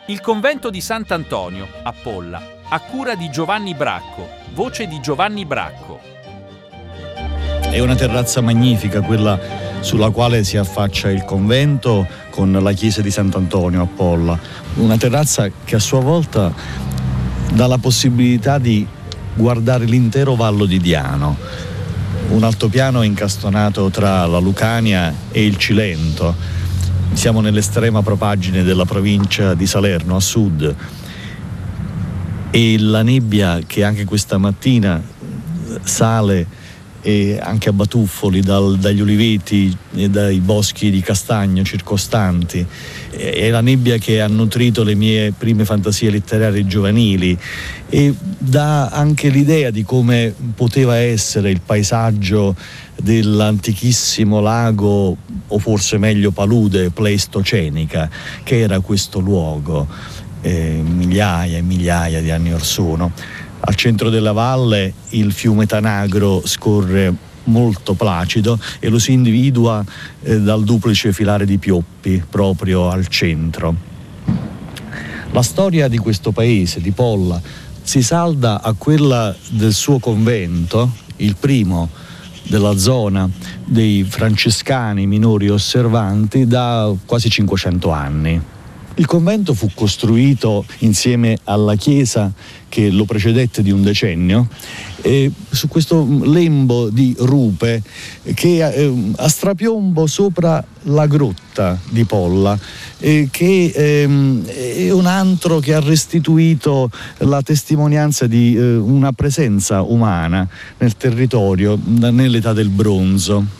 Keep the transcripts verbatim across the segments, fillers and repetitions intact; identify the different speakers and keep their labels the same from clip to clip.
Speaker 1: Il convento di Sant'Antonio, a Polla, a cura di Giovanni Bracco, voce di Giovanni Bracco.
Speaker 2: È una terrazza magnifica quella sulla quale si affaccia il convento con la chiesa di Sant'Antonio a Polla. Una terrazza che a sua volta dà la possibilità di guardare l'intero Vallo di Diano. Un altopiano incastonato tra la Lucania e il Cilento. Siamo nell'estrema propaggine della provincia di Salerno, a sud. E la nebbia che anche questa mattina sale e anche a batuffoli dal, dagli uliveti e dai boschi di castagno circostanti. È la nebbia che ha nutrito le mie prime fantasie letterarie giovanili e dà anche l'idea di come poteva essere il paesaggio dell'antichissimo lago, o forse meglio palude pleistocenica, che era questo luogo eh, migliaia e migliaia di anni or sono. Al centro della valle il fiume Tanagro scorre molto placido e lo si individua eh, dal duplice filare di pioppi proprio al centro. La storia di questo paese, di Polla, si salda a quella del suo convento, il primo della zona dei francescani minori osservanti, da quasi cinquecento anni. Il convento fu costruito insieme alla chiesa che lo precedette di un decennio e su questo lembo di rupe che eh, a strapiombo sopra la grotta di Polla, eh, che ehm, è un antro che ha restituito la testimonianza di eh, una presenza umana nel territorio nell'età del bronzo.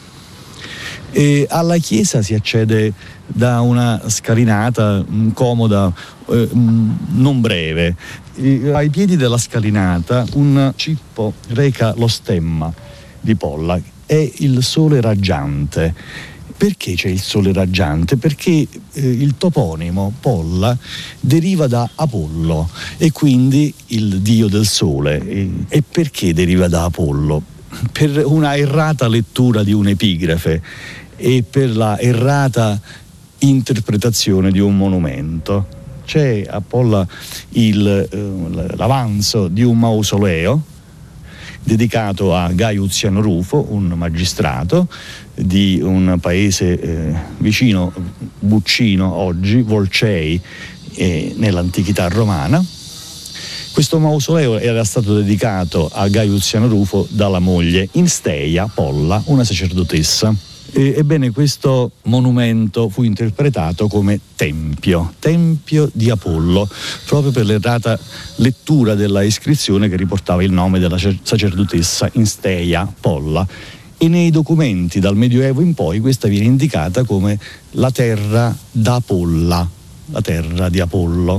Speaker 2: E alla chiesa si accede da una scalinata mh, comoda, eh, mh, non breve. E ai piedi della scalinata un cippo reca lo stemma di Polla. È il sole raggiante. Perché c'è il sole raggiante? Perché eh, il toponimo Polla deriva da Apollo e quindi il dio del sole. E, e perché deriva da Apollo? Per una errata lettura di un'epigrafe e per la errata interpretazione di un monumento. C'è a Polla il, eh, l'avanzo di un mausoleo dedicato a Gaio Uziano Rufo, un magistrato di un paese eh, vicino, Buccino oggi, Volcei, eh, nell'antichità romana. Questo mausoleo era stato dedicato a Gaio Uziano Rufo dalla moglie Insteia Polla, una sacerdotessa. Ebbene, questo monumento fu interpretato come tempio, tempio di Apollo, proprio per l'errata lettura della iscrizione che riportava il nome della sacerdotessa Insteia Polla. E nei documenti dal Medioevo in poi questa viene indicata come la terra d'Apolla, la terra di Apollo.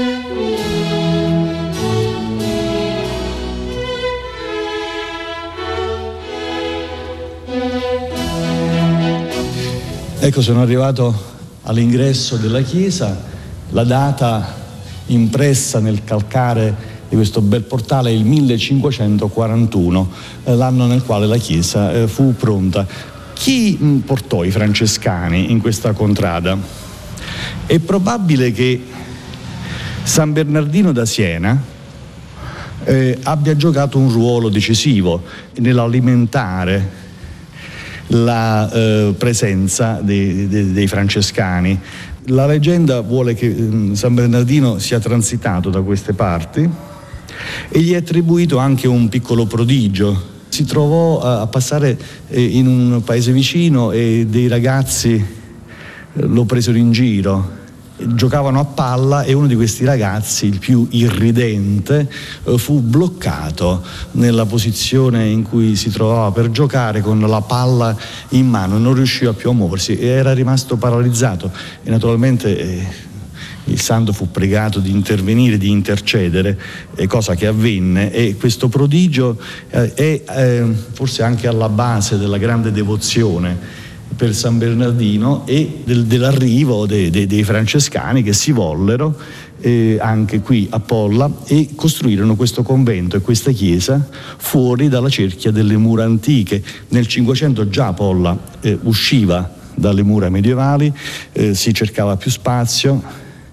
Speaker 2: Ecco, sono arrivato all'ingresso della chiesa, la data impressa nel calcare di questo bel portale è il millecinquecentoquarantuno, l'anno nel quale la chiesa fu pronta. Chi portò i francescani in questa contrada? È probabile che San Bernardino da Siena eh, abbia giocato un ruolo decisivo nell'alimentare la eh, presenza dei, dei, dei francescani. La leggenda vuole che eh, San Bernardino sia transitato da queste parti e gli è attribuito anche un piccolo prodigio. Si trovò a, a passare eh, in un paese vicino e dei ragazzi eh, lo presero in giro. Giocavano a palla e uno di questi ragazzi, il più irridente, fu bloccato nella posizione in cui si trovava per giocare con la palla in mano, non riusciva più a muoversi e era rimasto paralizzato e naturalmente eh, il santo fu pregato di intervenire, di intercedere, eh, cosa che avvenne, e questo prodigio eh, è eh, forse anche alla base della grande devozione per San Bernardino e del, dell'arrivo dei, dei, dei francescani che si vollero eh, anche qui a Polla e costruirono questo convento e questa chiesa fuori dalla cerchia delle mura antiche. Nel Cinquecento già Polla eh, usciva dalle mura medievali, eh, si cercava più spazio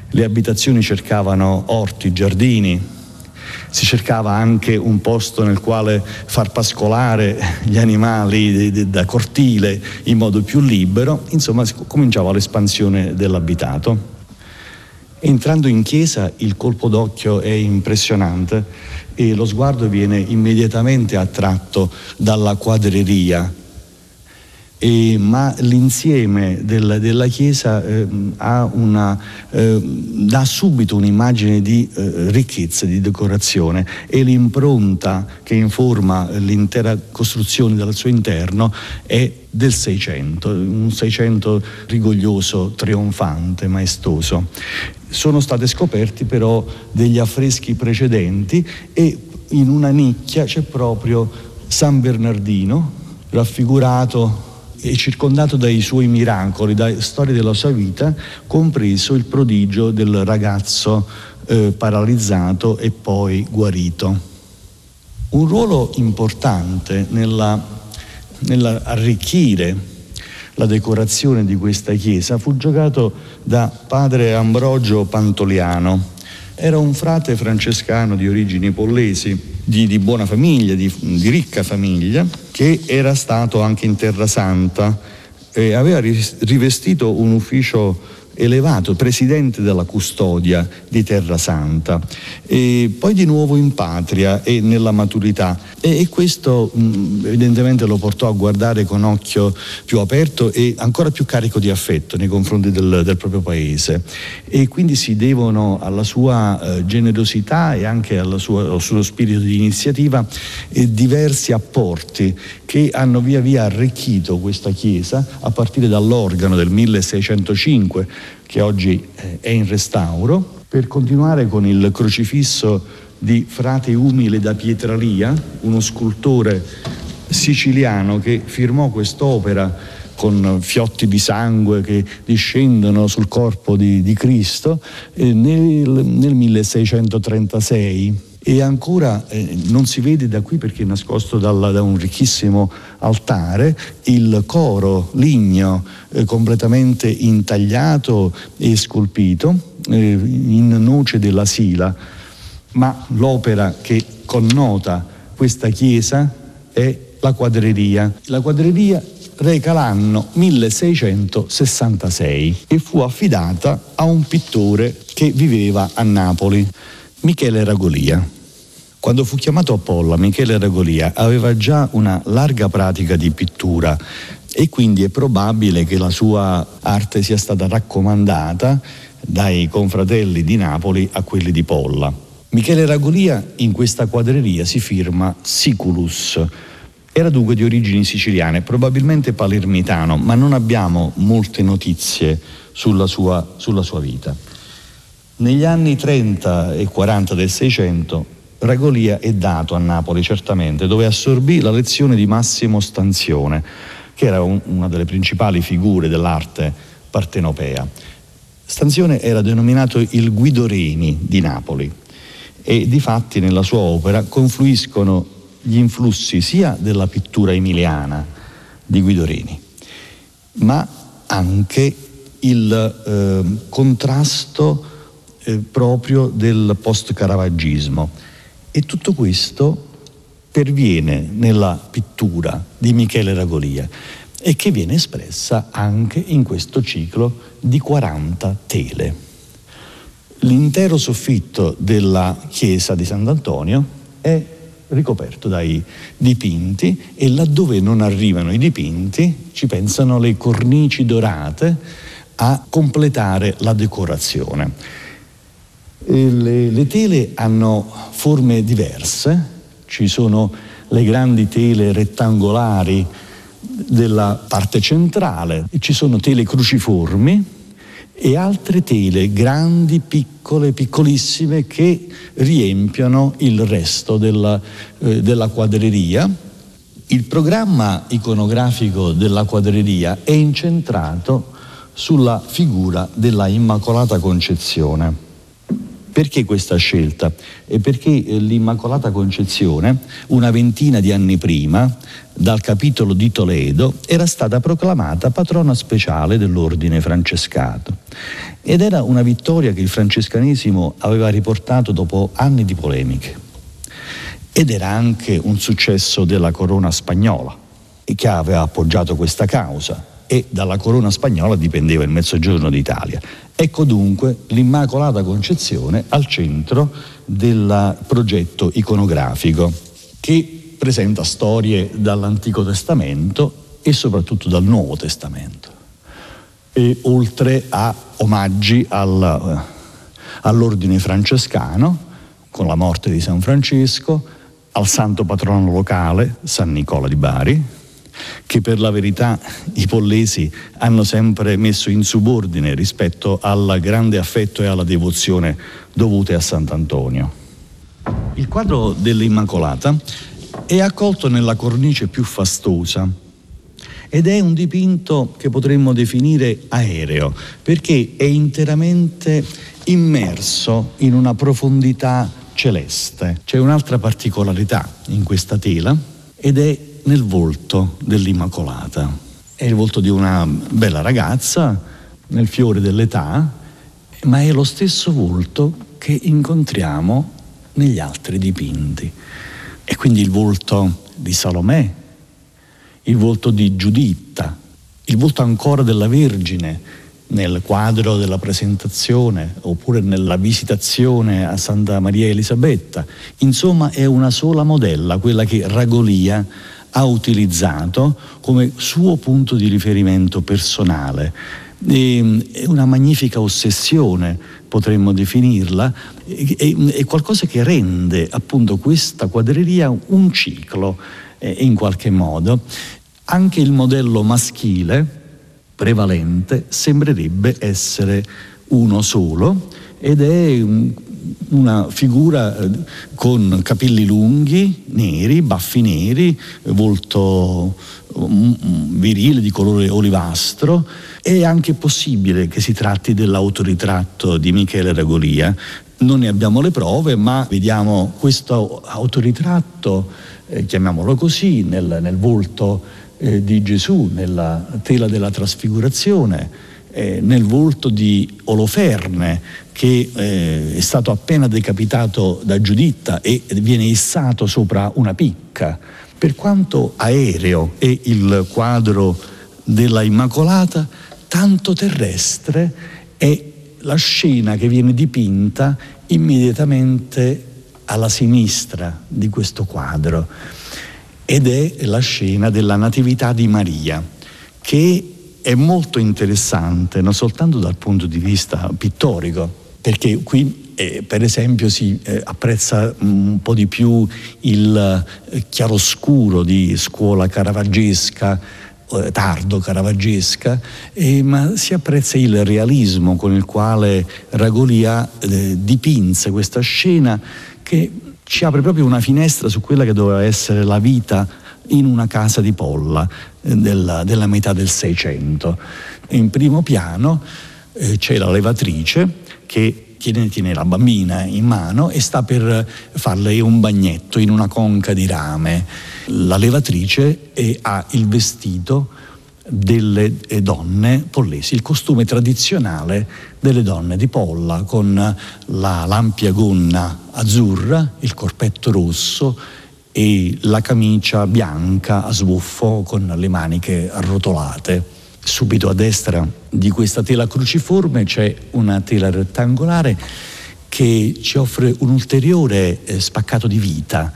Speaker 2: Le abitazioni cercavano orti, giardini, si cercava anche un posto nel quale far pascolare gli animali da cortile in modo più libero. Insomma, cominciava l'espansione dell'abitato. Entrando in chiesa il colpo d'occhio è impressionante e lo sguardo viene immediatamente attratto dalla quadreria. E, ma l'insieme del, della chiesa eh, ha una, eh, dà subito un'immagine di eh, ricchezza, di decorazione, e l'impronta che informa l'intera costruzione del suo interno è del Seicento, un Seicento rigoglioso, trionfante, maestoso. Sono state scoperti però degli affreschi precedenti e in una nicchia c'è proprio San Bernardino raffigurato e circondato dai suoi miracoli, da storie della sua vita, compreso il prodigio del ragazzo eh, paralizzato e poi guarito. Un ruolo importante nella, nell'arricchire la decorazione di questa chiesa fu giocato da padre Ambrogio Pantoliano. Era un frate francescano di origini pollesi, di, di buona famiglia, di, di ricca famiglia, che era stato anche in Terra Santa e aveva rivestito un ufficio elevato, presidente della custodia di Terra Santa, e poi di nuovo in patria e nella maturità, e, e questo mh, evidentemente lo portò a guardare con occhio più aperto e ancora più carico di affetto nei confronti del, del proprio paese, e quindi si devono alla sua eh, generosità e anche alla sua, al suo spirito di iniziativa eh, diversi apporti che hanno via via arricchito questa chiesa, a partire dall'organo del milleseicentocinque che oggi è in restauro, per continuare con il crocifisso di frate Umile da Pietralia, uno scultore siciliano che firmò quest'opera con fiotti di sangue che discendono sul corpo di, di Cristo eh, nel, nel milleseicentotrentasei. E ancora eh, non si vede da qui perché è nascosto dalla, da un ricchissimo altare il coro ligneo eh, completamente intagliato e scolpito eh, in noce della Sila, ma l'opera che connota questa chiesa è la quadreria. La quadreria reca l'anno milleseicentosessantasei e fu affidata a un pittore che viveva a Napoli, Michele Ragolia. Quando fu chiamato a Polla, Michele Ragolia aveva già una larga pratica di pittura e quindi è probabile che la sua arte sia stata raccomandata dai confratelli di Napoli a quelli di Polla. Michele Ragolia in questa quadreria si firma Siculus. Era dunque di origini siciliane, probabilmente palermitano, ma non abbiamo molte notizie sulla sua, sulla sua vita. Negli anni trenta e quaranta del Seicento Ragolia è dato a Napoli, certamente, dove assorbì la lezione di Massimo Stanzione, che era un, una delle principali figure dell'arte partenopea. Stanzione era denominato il Guidoreni di Napoli e difatti nella sua opera confluiscono gli influssi sia della pittura emiliana di Guidoreni, ma anche il eh, contrasto eh, proprio del post-caravaggismo. E tutto questo perviene nella pittura di Michele Ragolia e che viene espressa anche in questo ciclo di quaranta tele. L'intero soffitto della chiesa di Sant'Antonio è ricoperto dai dipinti e laddove non arrivano i dipinti ci pensano le cornici dorate a completare la decorazione. Le, le tele hanno forme diverse, ci sono le grandi tele rettangolari della parte centrale, ci sono tele cruciformi e altre tele grandi, piccole, piccolissime che riempiono il resto della, eh, della quadreria. Il programma iconografico della quadreria è incentrato sulla figura della Immacolata Concezione. Perché questa scelta? È perché l'Immacolata Concezione, una ventina di anni prima, dal capitolo di Toledo, era stata proclamata patrona speciale dell'ordine francescano. Ed era una vittoria che il francescanesimo aveva riportato dopo anni di polemiche. Ed era anche un successo della corona spagnola, che aveva appoggiato questa causa, e dalla corona spagnola dipendeva il Mezzogiorno d'Italia. Ecco dunque l'Immacolata Concezione al centro del progetto iconografico, che presenta storie dall'Antico Testamento e soprattutto dal Nuovo Testamento, e oltre a omaggi al, all'ordine francescano, con la morte di San Francesco, al santo patrono locale, San Nicola di Bari, che per la verità i pollesi hanno sempre messo in subordine rispetto al grande affetto e alla devozione dovute a Sant'Antonio. Il quadro dell'Immacolata è accolto nella cornice più fastosa ed è un dipinto che potremmo definire aereo, perché è interamente immerso in una profondità celeste. C'è un'altra particolarità in questa tela ed è nel volto dell'Immacolata. È il volto di una bella ragazza nel fiore dell'età, ma è lo stesso volto che incontriamo negli altri dipinti. E quindi il volto di Salomè, il volto di Giuditta, il volto ancora della Vergine nel quadro della presentazione oppure nella visitazione a Santa Maria Elisabetta. Insomma, è una sola modella, quella che Ragolia ha utilizzato come suo punto di riferimento personale. È una magnifica ossessione, potremmo definirla, è qualcosa che rende appunto questa quadreria un ciclo, in qualche modo. Anche il modello maschile prevalente sembrerebbe essere uno solo ed è un, una figura con capelli lunghi, neri, baffi neri, volto virile di colore olivastro. È anche possibile che si tratti dell'autoritratto di Michele Ragolia. Non ne abbiamo le prove, ma vediamo questo autoritratto, eh, chiamiamolo così, nel, nel volto eh, di Gesù, nella tela della trasfigurazione, eh, nel volto di Oloferne, che eh, è stato appena decapitato da Giuditta e viene issato sopra una picca. Per quanto aereo è il quadro della Immacolata, tanto terrestre è la scena che viene dipinta immediatamente alla sinistra di questo quadro, ed è la scena della Natività di Maria, che è molto interessante non soltanto dal punto di vista pittorico, perché qui eh, per esempio si eh, apprezza un po' di più il eh, chiaroscuro di scuola caravaggesca, eh, tardo caravaggesca, eh, ma si apprezza il realismo con il quale Ragolia eh, dipinse questa scena, che ci apre proprio una finestra su quella che doveva essere la vita in una casa di Polla eh, della, della metà del Seicento. In primo piano eh, c'è la levatrice che tiene, tiene la bambina in mano e sta per farle un bagnetto in una conca di rame. La levatrice eh, ha il vestito delle donne pollesi, il costume tradizionale delle donne di Polla, con la l'ampia gonna azzurra, il corpetto rosso e la camicia bianca a sbuffo con le maniche arrotolate. Subito a destra di questa tela cruciforme c'è una tela rettangolare che ci offre un ulteriore eh, spaccato di vita,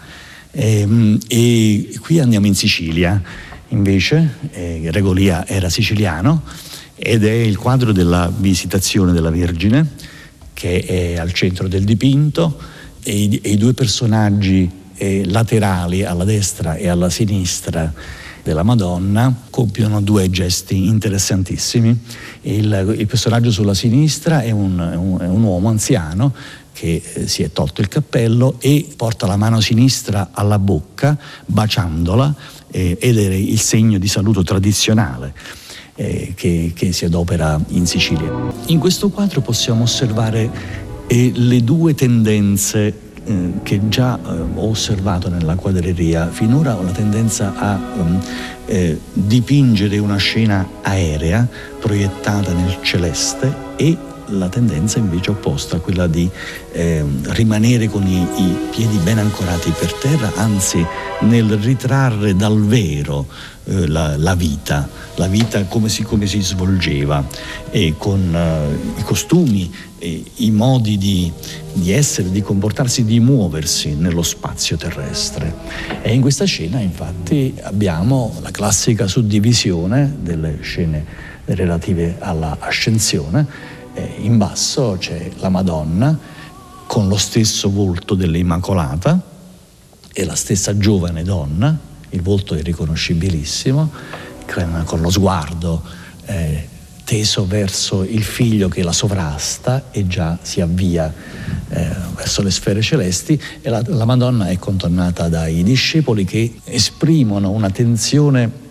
Speaker 2: e, e qui andiamo in Sicilia. Invece eh, Ragolia era siciliano ed è il quadro della Visitazione della Vergine, che è al centro del dipinto, e i, e i due personaggi eh, laterali alla destra e alla sinistra della Madonna compiono due gesti interessantissimi. Il, il personaggio sulla sinistra è un, è un, è un uomo anziano che eh, si è tolto il cappello e porta la mano sinistra alla bocca, baciandola, eh, ed è il segno di saluto tradizionale eh, che, che si adopera in Sicilia. In questo quadro possiamo osservare E le due tendenze eh, che già eh, ho osservato nella quadreria, finora ho la tendenza a eh, dipingere una scena aerea proiettata nel celeste, e la tendenza invece opposta, quella di eh, rimanere con i, i piedi ben ancorati per terra, anzi nel ritrarre dal vero eh, la, la vita, la vita come si, come si svolgeva, e con eh, i costumi, e i modi di, di essere, di comportarsi, di muoversi nello spazio terrestre. E in questa scena infatti abbiamo la classica suddivisione delle scene relative alla ascensione. In basso c'è la Madonna con lo stesso volto dell'Immacolata e la stessa giovane donna, il volto è riconoscibilissimo, con lo sguardo eh, teso verso il figlio che la sovrasta e già si avvia eh, verso le sfere celesti, e la, la Madonna è contornata dai discepoli che esprimono una tensione.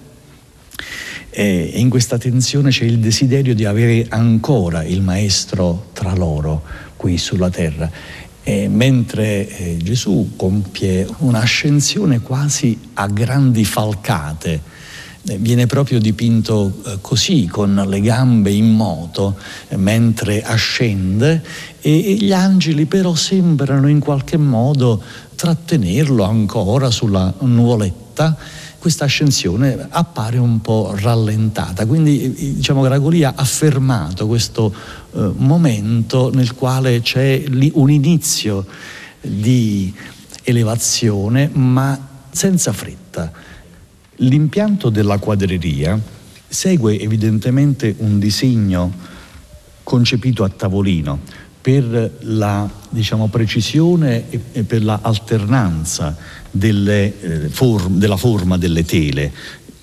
Speaker 2: E in questa tensione c'è il desiderio di avere ancora il Maestro tra loro qui sulla terra, e mentre eh, Gesù compie un'ascensione quasi a grandi falcate, eh, viene proprio dipinto eh, così, con le gambe in moto eh, mentre ascende, e, e gli angeli però sembrano in qualche modo trattenerlo ancora sulla nuvoletta. Questa ascensione appare un po' rallentata, quindi diciamo che Ragolì ha affermato questo eh, momento nel quale c'è lì un inizio di elevazione, ma senza fretta. L'impianto della quadreria segue evidentemente un disegno concepito a tavolino per la, diciamo, precisione e per la alternanza delle, eh, form, della forma delle tele,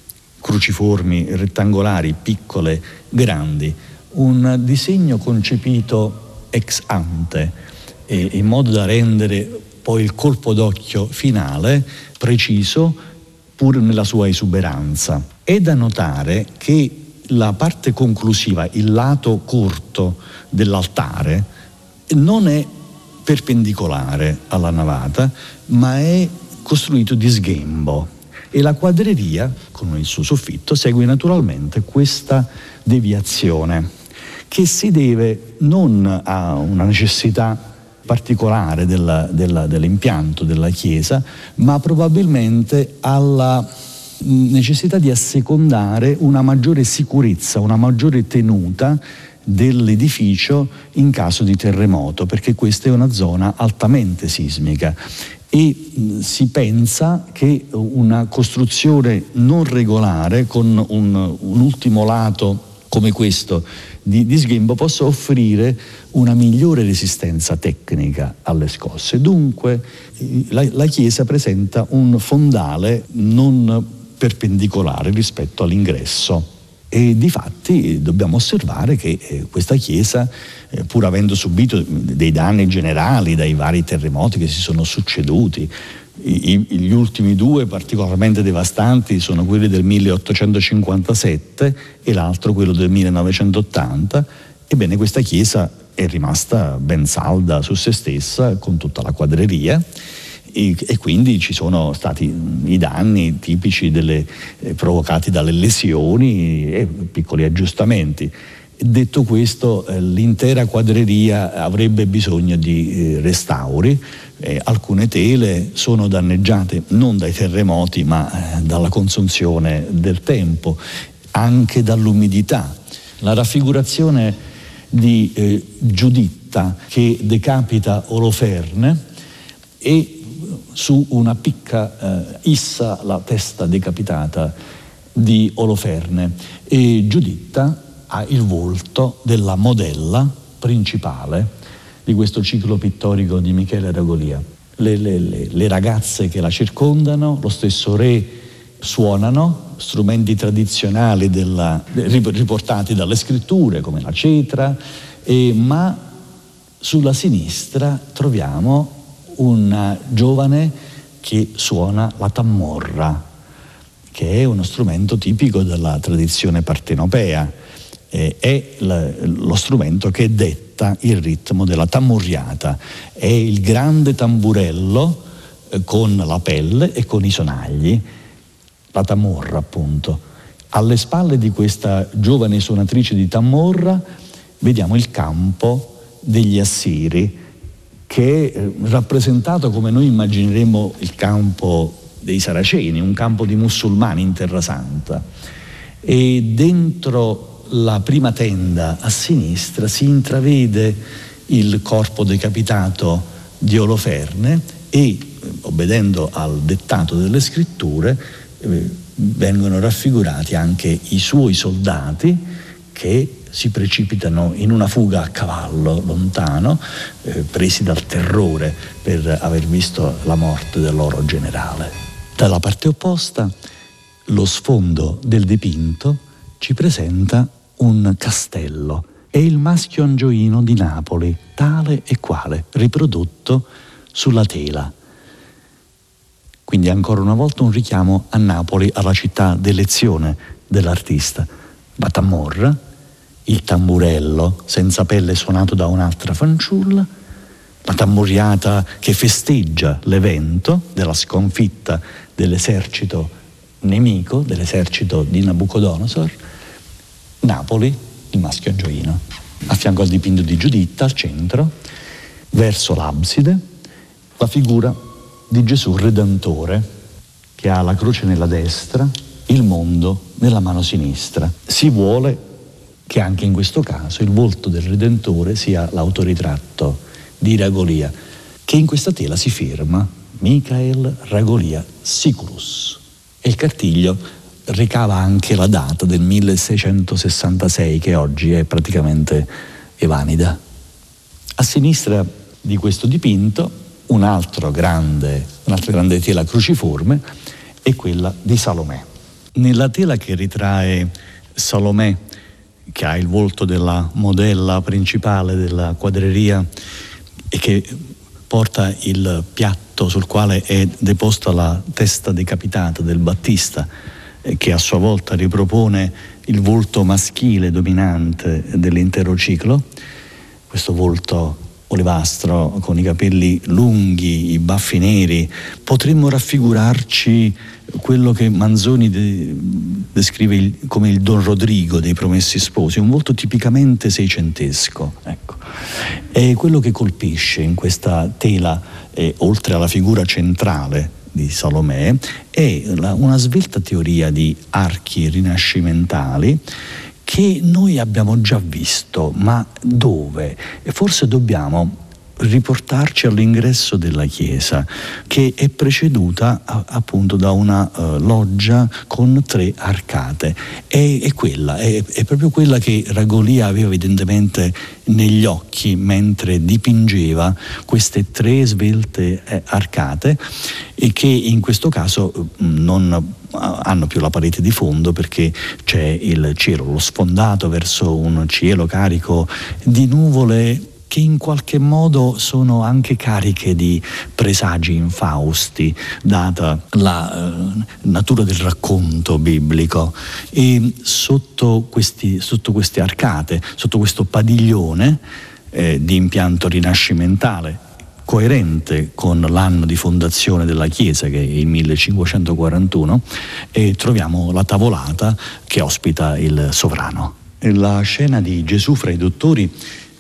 Speaker 2: cruciformi, rettangolari, piccole, grandi. Un disegno concepito ex ante, eh, in modo da rendere poi il colpo d'occhio finale preciso, pur nella sua esuberanza. È da notare che la parte conclusiva, il lato corto dell'altare, non è perpendicolare alla navata, ma è costruito di sghembo, e la quadreria con il suo soffitto segue naturalmente questa deviazione, che si deve non a una necessità particolare della, della, dell'impianto della chiesa, ma probabilmente alla necessità di assecondare una maggiore sicurezza, una maggiore tenuta dell'edificio in caso di terremoto, perché questa è una zona altamente sismica, e si pensa che una costruzione non regolare con un, un ultimo lato come questo di, di sghembo possa offrire una migliore resistenza tecnica alle scosse. Dunque la, la chiesa presenta un fondale non perpendicolare rispetto all'ingresso. E difatti dobbiamo osservare che eh, questa chiesa, eh, pur avendo subito dei danni generali dai vari terremoti che si sono succeduti, i, gli ultimi due particolarmente devastanti sono quelli del milleottocentocinquantasette e l'altro quello del millenovecentottanta, ebbene questa chiesa è rimasta ben salda su se stessa con tutta la quadreria. E, e quindi ci sono stati i danni tipici delle, eh, provocati dalle lesioni e piccoli aggiustamenti. Detto questo, eh, l'intera quadreria avrebbe bisogno di eh, restauri. Eh, alcune tele sono danneggiate non dai terremoti, ma eh, dalla consunzione del tempo, anche dall'umidità. La raffigurazione di eh, Giuditta che decapita Oloferne e su una picca eh, issa la testa decapitata di Oloferne, e Giuditta ha il volto della modella principale di questo ciclo pittorico di Michele Ragolia. Le, le, le, le ragazze che la circondano, lo stesso re, suonano strumenti tradizionali della, riportati dalle scritture come la cetra, e, ma sulla sinistra troviamo una giovane che suona la tammorra, che è uno strumento tipico della tradizione partenopea, eh, è l- lo strumento che detta il ritmo della tammurriata. È il grande tamburello eh, con la pelle e con i sonagli, la tamorra appunto. Alle spalle di questa giovane suonatrice di tamorra vediamo il campo degli Assiri, che è rappresentato come noi immagineremmo il campo dei Saraceni, un campo di musulmani in Terra Santa. E dentro la prima tenda a sinistra si intravede il corpo decapitato di Oloferne e, obbedendo al dettato delle scritture, eh, vengono raffigurati anche i suoi soldati che si precipitano in una fuga a cavallo lontano, eh, presi dal terrore per aver visto la morte del loro generale. Dalla parte opposta, lo sfondo del dipinto ci presenta un castello. È il Maschio Angioino di Napoli, tale e quale, riprodotto sulla tela. Quindi ancora una volta un richiamo a Napoli, alla città d'elezione dell'artista. La tamorra, il tamburello senza pelle suonato da un'altra fanciulla, la tamburriata che festeggia l'evento della sconfitta dell'esercito nemico, dell'esercito di Nabucodonosor. Napoli, il Maschio Angioino. A fianco al dipinto di Giuditta, al centro, verso l'abside, la figura di Gesù Redentore, che ha la croce nella destra, il mondo nella mano sinistra. Si vuole che anche in questo caso il volto del Redentore sia l'autoritratto di Ragolia, che in questa tela si firma Michael Ragolia Siculus. E il cartiglio ricava anche la data del milleseicentosessantasei, che oggi è praticamente evanida. A sinistra di questo dipinto un altro grande, un'altra grande tela cruciforme è quella di Salomè. Nella tela che ritrae Salomè, che ha il volto della modella principale della quadreria e che porta il piatto sul quale è deposta la testa decapitata del Battista, che a sua volta ripropone il volto maschile dominante dell'intero ciclo, questo volto olivastro con i capelli lunghi, i baffi neri. Potremmo raffigurarci quello che Manzoni de- descrive il, come il Don Rodrigo dei Promessi Sposi, un volto tipicamente seicentesco, ecco. E quello che colpisce in questa tela, eh, oltre alla figura centrale di Salomè, è la, una svelta teoria di archi rinascimentali che noi abbiamo già visto, ma dove? E forse dobbiamo riportarci all'ingresso della chiesa, che è preceduta a, appunto da una uh, loggia con tre arcate. È, è quella, è, è proprio quella che Ragolia aveva evidentemente negli occhi mentre dipingeva queste tre svelte eh, arcate, e che in questo caso uh, non hanno più la parete di fondo, perché c'è il cielo, lo sfondato verso un cielo carico di nuvole che in qualche modo sono anche cariche di presagi infausti, data la eh, natura del racconto biblico. E sotto questi, sotto queste arcate, sotto questo padiglione eh, di impianto rinascimentale, coerente con l'anno di fondazione della Chiesa, che è il millecinquecentoquarantuno, e troviamo la tavolata che ospita il sovrano. La scena di Gesù fra i dottori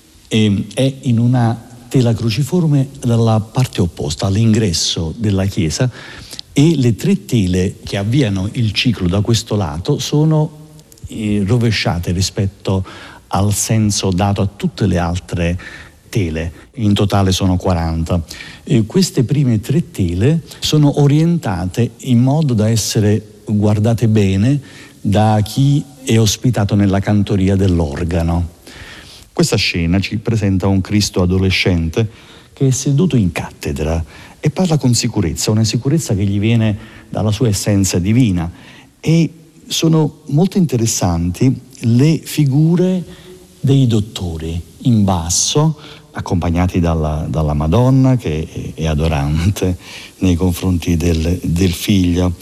Speaker 2: eh, è in una tela cruciforme dalla parte opposta, all'ingresso della chiesa, e le tre tele che avviano il ciclo da questo lato sono eh, rovesciate rispetto al senso dato a tutte le altre tele. In totale sono quaranta. E queste prime tre tele sono orientate in modo da essere guardate bene da chi è ospitato nella cantoria dell'organo. Questa scena ci presenta un Cristo adolescente che è seduto in cattedra e parla con sicurezza, una sicurezza che gli viene dalla sua essenza divina. E sono molto interessanti le figure dei dottori in basso, accompagnati dalla, dalla Madonna, che è, è adorante nei confronti del, del figlio,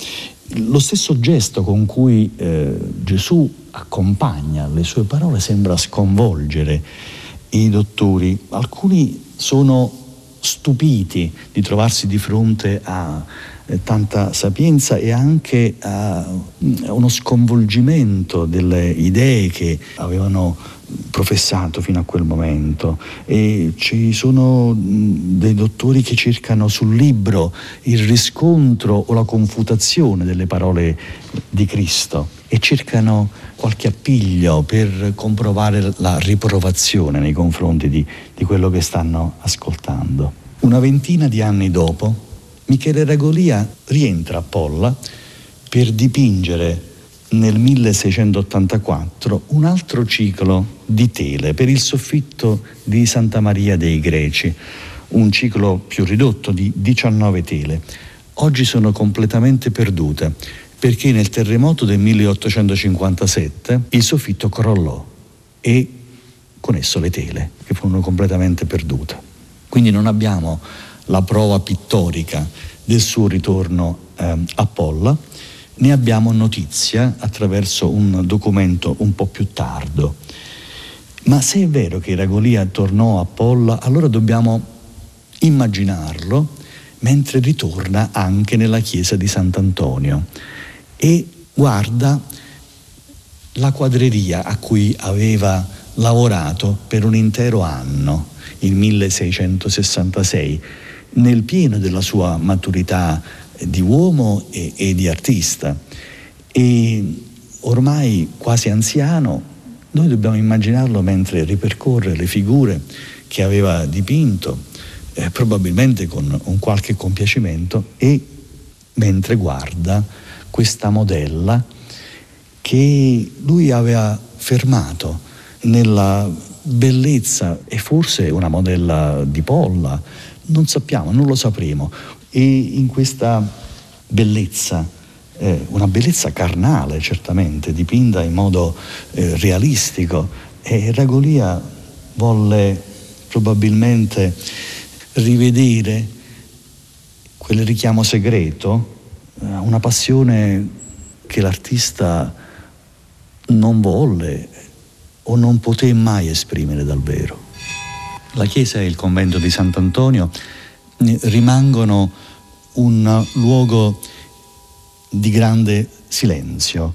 Speaker 2: Lo stesso gesto con cui eh, Gesù accompagna le sue parole sembra sconvolgere i dottori. Alcuni sono stupiti di trovarsi di fronte a eh, tanta sapienza e anche a uno sconvolgimento delle idee che avevano professato fino a quel momento. E ci sono dei dottori che cercano sul libro il riscontro o la confutazione delle parole di Cristo e cercano qualche appiglio per comprovare la riprovazione nei confronti di, di quello che stanno ascoltando. Una ventina di anni dopo, Michele Ragolia rientra a Polla per dipingere nel milleseicentottantaquattro un altro ciclo di tele per il soffitto di Santa Maria dei Greci, un ciclo più ridotto di diciannove tele. Oggi sono completamente perdute perché nel terremoto del milleottocentocinquantasette il soffitto crollò e con esso le tele, che furono completamente perdute. Quindi non abbiamo la prova pittorica del suo ritorno eh, a Polla, ne abbiamo notizia attraverso un documento un po' più tardo. Ma se è vero che Ragolia tornò a Polla, allora dobbiamo immaginarlo mentre ritorna anche nella chiesa di Sant'Antonio e guarda la quadreria a cui aveva lavorato per un intero anno, il milleseicentosessantasei, nel pieno della sua maturità di uomo e, e di artista. E ormai quasi anziano, noi dobbiamo immaginarlo mentre ripercorre le figure che aveva dipinto, eh, probabilmente con un qualche compiacimento, e mentre guarda questa modella che lui aveva fermato nella bellezza, e forse una modella di Polla, non sappiamo, non lo sapremo. E in questa bellezza, eh, una bellezza carnale certamente, dipinta in modo eh, realistico, e Ragolia volle probabilmente rivedere quel richiamo segreto, eh, una passione che l'artista non volle o non poté mai esprimere dal vero. La chiesa e il convento di Sant'Antonio rimangono un luogo di grande silenzio,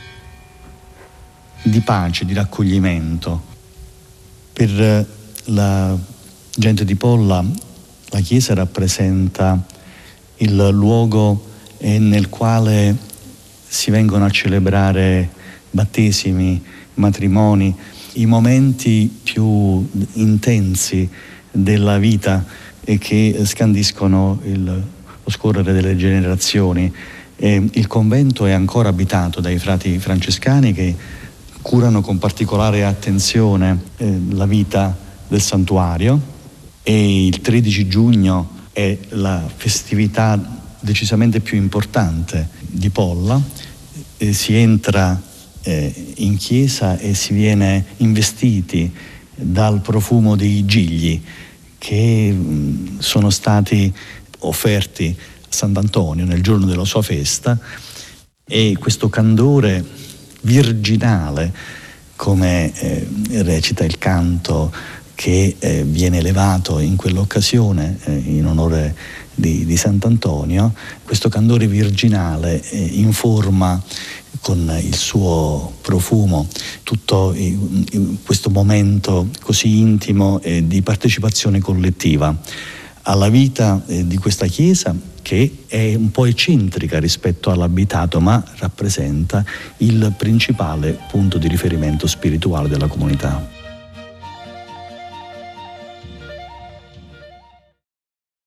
Speaker 2: di pace, di raccoglimento. Per la gente di Polla la chiesa rappresenta il luogo nel quale si vengono a celebrare battesimi, matrimoni, i momenti più intensi della vita e che scandiscono il, lo scorrere delle generazioni. E il convento è ancora abitato dai frati francescani che curano con particolare attenzione eh, la vita del santuario, e il tredici giugno è la festività decisamente più importante di Polla. E si entra eh, in chiesa e si viene investiti dal profumo dei gigli che mh, sono stati offerti a Sant'Antonio nel giorno della sua festa, e questo candore virginale, come eh, recita il canto che eh, viene elevato in quell'occasione eh, in onore di, di Sant'Antonio, questo candore virginale eh, informa con il suo profumo tutto i, i, questo momento così intimo eh, di partecipazione collettiva alla vita eh, di questa chiesa, che è un po' eccentrica rispetto all'abitato, ma rappresenta il principale punto di riferimento spirituale della comunità.